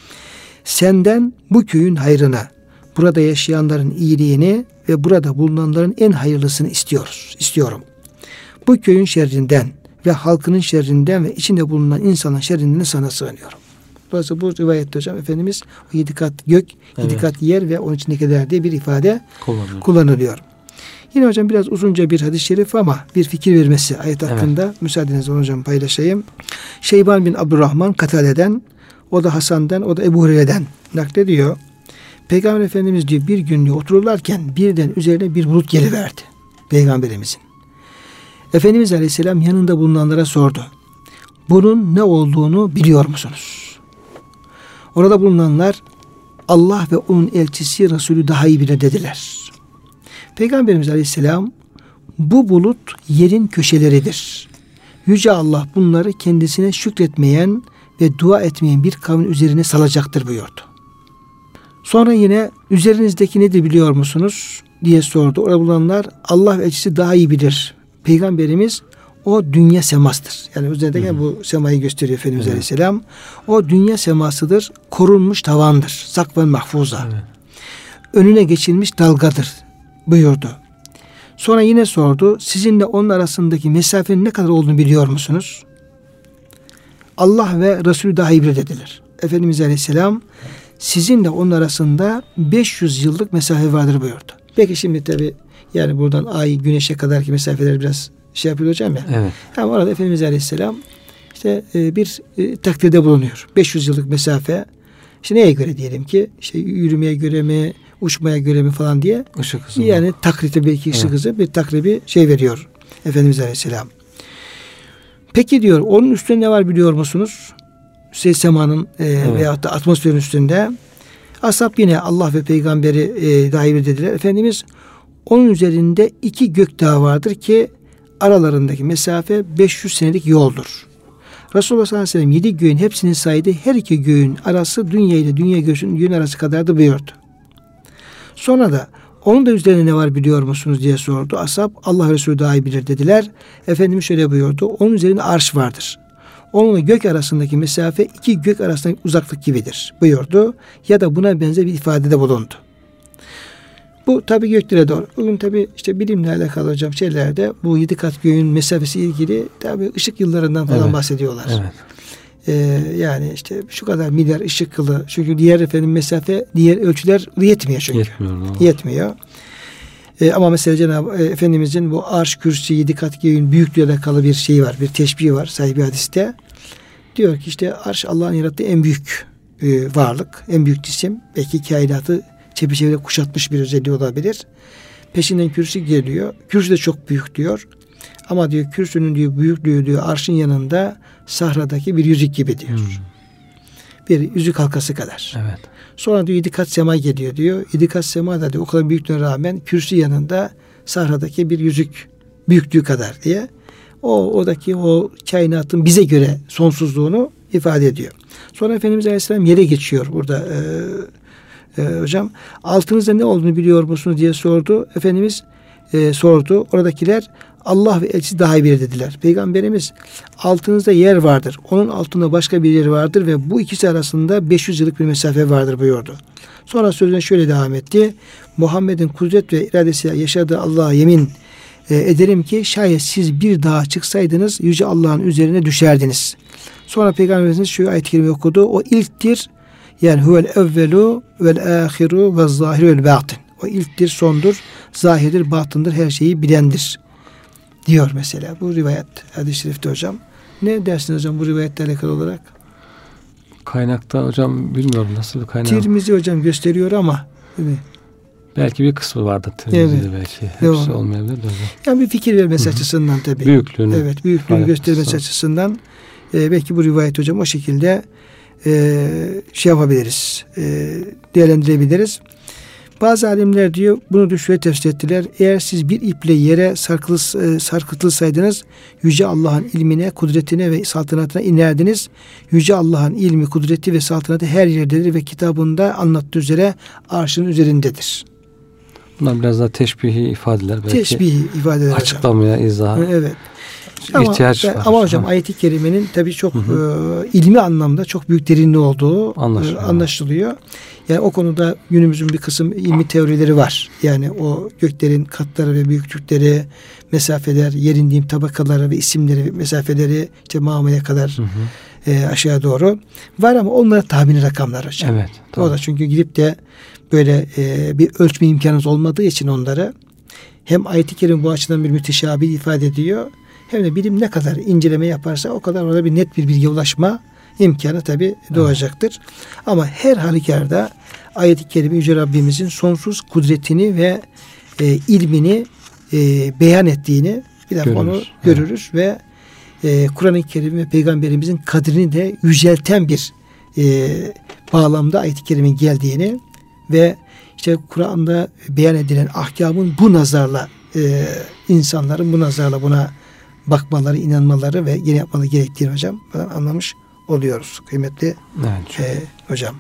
Senden bu köyün hayrına, burada yaşayanların iyiliğini ve burada bulunanların en hayırlısını istiyoruz. İstiyorum. Bu köyün şerrinden ve halkının şerrinden ve içinde bulunan insanın şerrinden sana sığınıyorum. Dolayısıyla bu rivayette hocam Efendimiz yedi kat gök, evet. yedi kat yer ve onun içindekiler diye bir ifade kullanılıyor. kullanılıyor. Yine hocam biraz uzunca bir hadis-i şerif ama bir fikir vermesi ayet hakkında evet. müsaadenizle hocam paylaşayım. Şeyban bin Abdurrahman Katade'den, o da Hasan'dan, o da Ebu Hureyre'den naklediyor. Peygamber Efendimiz diyor bir gün diyor, otururlarken birden üzerine bir bulut geliverdi Peygamberimizin. Efendimiz Aleyhisselam yanında bulunanlara sordu. Bunun ne olduğunu biliyor musunuz? Orada bulunanlar Allah ve onun elçisi Resulü daha iyi bilir dediler. Peygamberimiz Aleyhisselam bu bulut yerin köşeleridir. Yüce Allah bunları kendisine şükretmeyen ve dua etmeyen bir kavmin üzerine salacaktır buyurdu. Sonra yine üzerinizdeki nedir biliyor musunuz diye sordu. Orada bulunanlar Allah ve elçisi daha iyi bilir. Peygamberimiz o dünya semasıdır. Yani üzerindeki bu semayı gösteriyor Efendimiz evet. Aleyhisselam. O dünya semasıdır. Korunmuş tavandır. Sakvan mahfuza. Evet. Önüne geçilmiş dalgadır buyurdu. Sonra yine sordu. Sizinle onun arasındaki mesafenin ne kadar olduğunu biliyor musunuz? Allah ve Resulü daha iyi bilir dediler. Efendimiz Aleyhisselam sizinle onun arasında beş yüz yıllık mesafe vardır buyurdu. Peki şimdi tabi yani buradan ay güneşe kadarki mesafeler biraz şey yapıyor hocam ya. Evet. Ama orada Efendimiz Aleyhisselam işte bir e, takdirde bulunuyor. beş yüz yıllık mesafe. İşte neye göre diyelim ki işte yürümeye göre mi, uçmaya göre mi falan diye. Işık hızı. Yani takrite belki ışık evet. hızı bir takribi şey veriyor Efendimiz Aleyhisselam. Peki diyor onun üstünde ne var biliyor musunuz? Şey, semanın e, evet. veyahut da atmosferin üstünde. Ashab yine Allah ve peygamberi e, dahi bir dediler. Efendimiz onun üzerinde iki gök dağı vardır ki aralarındaki mesafe beş yüz senelik yoldur. Resulullah sallallahu aleyhi ve sellem yedi göğün hepsinin saydığı her iki göğün arası dünya ile dünya göğün arası kadardı buyurdu. Sonra da onun da üzerinde ne var biliyor musunuz diye sordu. Ashab Allah Resulü daha iyi bilir dediler. Efendimiz şöyle buyurdu. Onun üzerinde arş vardır. onunla gök arasındaki mesafe iki gök arasındaki uzaklık gibidir buyurdu. Ya da buna benzer bir ifadede bulundu. Bu tabi göklere doğru. Bugün tabi işte bilimle alakalı hocam şeylerde bu yedi kat göğün mesafesi ilgili tabi ışık yıllarından falan evet. bahsediyorlar. Evet. Ee, yani işte şu kadar milyar ışık yılı. Çünkü diğer efendim mesafe, diğer ölçüler yetmiyor çünkü. Yetmiyor. Yetmiyor. Ee, ama mesela Cenab-ı e, Efendimizin bu arş kürsü yedi kat göğün büyüklüğüyle alakalı bir şey var. Bir teşbih var sahibi hadiste. Diyor ki işte arş Allah'ın yarattığı en büyük e, varlık. En büyük cisim. Belki kainatı çepeçevre kuşatmış bir özelliği olabilir. Peşinden kürsü geliyor. Kürsü de çok büyük diyor. Ama diyor kürsünün diyor büyüklüğü diyor arşın yanında sahradaki bir yüzük gibi diyor. Hmm. Bir yüzük halkası kadar. Evet. Sonra diyor yedi kat sema geliyor diyor. Yedi kat sema da diyor o kadar büyüklüğüne rağmen kürsü yanında sahradaki bir yüzük büyüklüğü kadar diye. O oradaki o kainatın bize göre sonsuzluğunu ifade ediyor. Sonra Efendimiz Aleyhisselam yere geçiyor burada e, e, hocam. Altınızda ne olduğunu biliyor musunuz diye sordu. Efendimiz e, sordu. Oradakiler Allah ve elçisi daha iyi bilir dediler. Peygamberimiz altınızda yer vardır. Onun altında başka bir yer vardır ve bu ikisi arasında beş yüz yıllık bir mesafe vardır buyurdu. Sonra sözüne şöyle devam etti. Muhammed'in kudret ve iradesiyle yaşadığı Allah'a yemin e, ederim ki şayet siz bir dağa çıksaydınız yüce Allah'ın üzerine düşerdiniz. Sonra Peygamberimiz şu ayet-i kerime okudu. O ilktir. Yani huvel evvelu vel ahiru ve zahiru vel batin. O ilktir, sondur, zahirdir, batındır, her şeyi bilendir. Diyor mesela. Bu rivayet hadis-i şerifte hocam. Ne dersiniz hocam bu rivayetle alakalı olarak? Kaynakta hocam bilmiyorum nasıl bir kaynak. Tirmizi hocam gösteriyor ama değil mi? Belki bir kısmı vardır Tirmizi'de evet. belki. Hepsi evet. olmayabilir de hocam. Yani bir fikir vermesi Hı-hı. açısından tabii. Büyüklüğünü. Evet, büyüklüğünü göstermesi açısından e, belki bu rivayet hocam o şekilde e, şey yapabiliriz. E, değerlendirebiliriz. Bazı alimler diyor bunu da şöyle tefsir ettiler. Eğer siz bir iple yere sarkılı, sarkıtılsaydınız Yüce Allah'ın ilmine, kudretine ve saltanatına inerdiniz. Yüce Allah'ın ilmi, kudreti ve saltanatı her yerdedir ve kitabında anlattığı üzere arşın üzerindedir. Bunlar biraz daha teşbihi ifadeler. Belki teşbihi ifadeler. Açıklamaya, izaha. Evet. Ama, ihtiyaç var. Ama hocam ayet-i kerimenin tabii çok hı hı. E, ilmi anlamda çok büyük derinliği olduğu anlaşılıyor. E, anlaşılıyor. Yani o konuda günümüzün bir kısım ilmi teorileri var. Yani o göklerin katları ve büyüklükleri, mesafeler, yerin diyeyim tabakaları ve isimleri, mesafeleri işte Muhammed'e kadar hı hı. E, aşağı doğru var ama onlara tahmini rakamlar hocam. Evet. Tamam. O da çünkü gidip de böyle e, bir ölçme imkanınız olmadığı için onları hem ayet-i kerim bu açıdan bir müteşabih ifade ediyor. Hem de bilim ne kadar inceleme yaparsa o kadar orada bir net bir bilgiye ulaşma imkanı tabi doğacaktır. Evet. Ama her halükarda ayet-i kerime Yüce Rabbimizin sonsuz kudretini ve e, ilmini e, beyan ettiğini bir defa onu görürüz evet. ve e, Kur'an-ı Kerim ve Peygamberimizin kadrini de yücelten bir e, bağlamda ayet-i kerimin geldiğini ve işte Kur'an'da beyan edilen ahkamın bu nazarla e, insanların bu nazarla buna bakmaları, inanmaları ve gene yapmaları gerektiğini hocam anlamış oluyoruz kıymetli evet, e, hocam.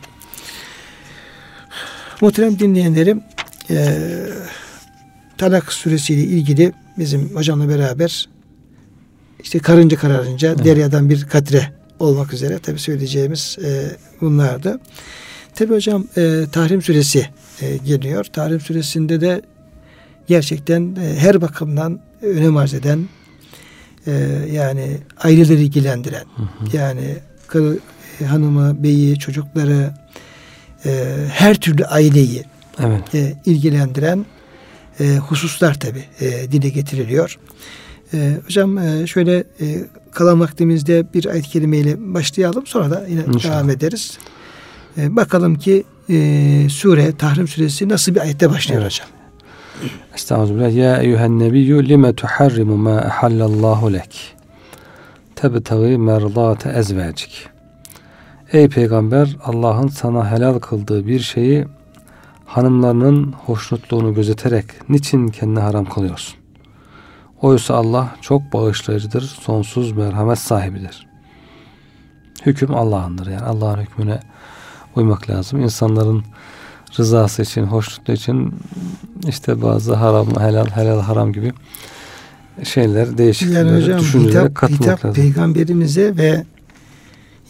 Muhterem dinleyenlerim, e, Talak suresiyle ilgili bizim hocamla beraber işte karınca kararınca evet. deryadan bir katre olmak üzere tabi söyleyeceğimiz e, bunlardı. Tabi hocam e, Tahrim suresi e, geliyor. Tahrim suresinde de gerçekten e, her bakımdan önem arz eden e, yani aileleri ilgilendiren hı hı. yani karı, e, hanımı, beyi, çocukları e, her türlü aileyi evet. e, ilgilendiren e, hususlar tabi e, dile getiriliyor. E, hocam e, şöyle e, kalan vaktimizde bir ayet-i kerimeyle başlayalım. Sonra da yine İnşallah. devam ederiz. E, bakalım ki e, sure, Tahrim suresi nasıl bir ayette başlıyor evet. hocam? Estağfirullah. Ya eyyühen nebiyyü lime tuharrimu ma ahallallahu lek. Tebtagi merdate ezvecik. Ey peygamber, Allah'ın sana helal kıldığı bir şeyi hanımlarının hoşnutluğunu gözeterek niçin kendine haram kılıyorsun? Oysa Allah çok bağışlayıcıdır, sonsuz merhamet sahibidir. Hüküm Allah'ındır. Yani Allah'ın hükmüne uymak lazım. İnsanların rızası için, hoşnutluğu için işte bazı haram, helal, helal, haram gibi şeyler, değişiklikler, yani hocam, düşüncelere katılmak hitap lazım. Peygamberimize ve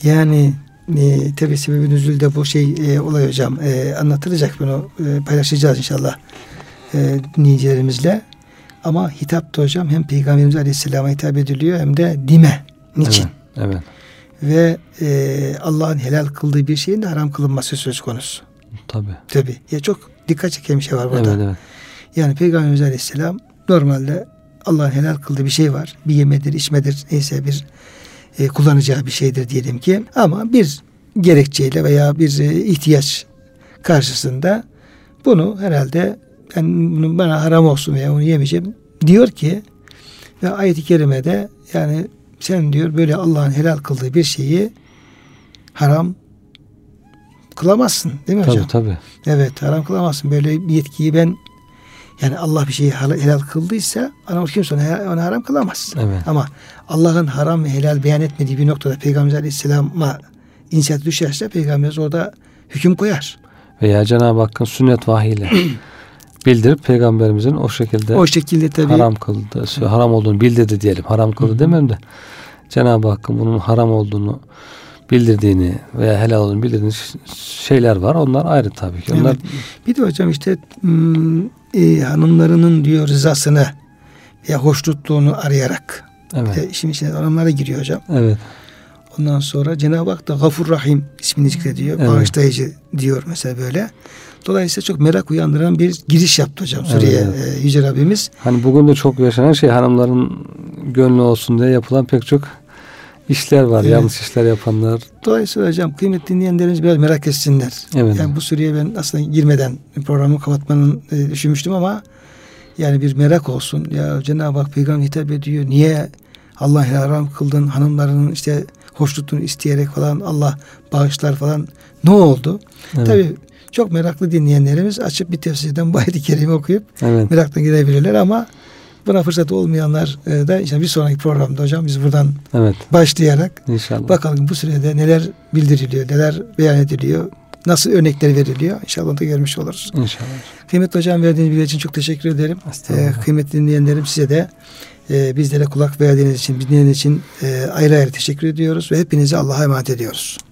Yani e, tabi sebebi nüzulde bu şey e, olay hocam e, anlatılacak, bunu e, paylaşacağız inşallah e, dinleyicilerimizle. Ama hitap da hocam hem Peygamberimiz Aleyhisselam'a hitap ediliyor hem de dime. Niçin? Evet. evet. Ve e, Allah'ın helal kıldığı bir şeyin de haram kılınması söz konusu. Tabii. Tabii. Ya çok dikkat çeken bir şey var burada. Evet, evet. Yani Peygamberimiz Aleyhisselam normalde Allah'ın helal kıldığı bir şey var. Bir yemedir, içmedir, neyse bir e, kullanacağı bir şeydir diyelim ki. Ama bir gerekçeyle veya bir e, ihtiyaç karşısında bunu herhalde ben bunu bana haram olsun veya onu yemeyeceğim diyor ki ve ayet-i kerimede yani sen diyor böyle Allah'ın helal kıldığı bir şeyi haram kılamazsın değil mi tabii, hocam? Tabii tabii. Evet, haram kılamazsın. Böyle bir yetkiyi ben yani Allah bir şeyi helal kıldıysa ana kimse onu, onu haram kılamaz. Evet. Ama Allah'ın haram ve helal beyan etmediği bir noktada Peygamber Aleyhisselam'a inisiyatif düşerse Peygamberimiz orada hüküm koyar. Veya Cenab-ı Hakk'ın sünnet vahiyle bildirip Peygamberimizin o şekilde o şekilde tabii haram kıldı, haram olduğunu bildirdi diyelim. Haram kıldı demem de Cenab-ı Hakk'ın bunun haram olduğunu bildirdiğini veya helal olduğunu bildirdiğini şeyler var. Onlar ayrı tabii ki. Onlar... Evet. Bir de hocam işte e, hanımlarının diyor rızasını veya hoşnutluğunu arayarak evet. de işin içine hanımlara giriyor hocam. Evet. Ondan sonra Cenab-ı Hak da Gafur Rahim ismini zikrediyor. Evet. Bağışlayıcı diyor mesela böyle. Dolayısıyla çok merak uyandıran bir giriş yaptı hocam Suriye evet. e, Yüce Rabbimiz. Hani bugün de çok yaşanan şey hanımların gönlü olsun diye yapılan pek çok işler var. Evet. Yanlış işler yapanlar. Dolayısıyla hocam kıymetli dinleyenlerimiz biraz merak etsinler. Evet. Yani bu Suriye'ye ben aslında girmeden programı kapatmanın e, düşünmüştüm ama yani bir merak olsun. Ya Cenab-ı Hak Peygamber hitap ediyor. Niye Allah haram kıldın hanımlarının işte hoşnutluğunu isteyerek falan Allah bağışlar falan. Ne oldu? Evet. Tabii çok meraklı dinleyenlerimiz açıp bir tefsirden bu ayet-i kerime okuyup evet. merakla girebilirler ama buna fırsatı olmayanlar da işte bir sonraki programda hocam biz buradan evet. başlayarak İnşallah. Bakalım bu sürede neler bildiriliyor, neler beyan ediliyor, nasıl örnekler veriliyor. İnşallah onu da görmüş oluruz. İnşallah. Kıymetli hocam verdiğiniz bilgi için çok teşekkür ederim. Ee, kıymetli dinleyenlerim size de e, bizlere kulak verdiğiniz için, dinlediğiniz için e, ayrı ayrı teşekkür ediyoruz ve hepinizi Allah'a emanet ediyoruz.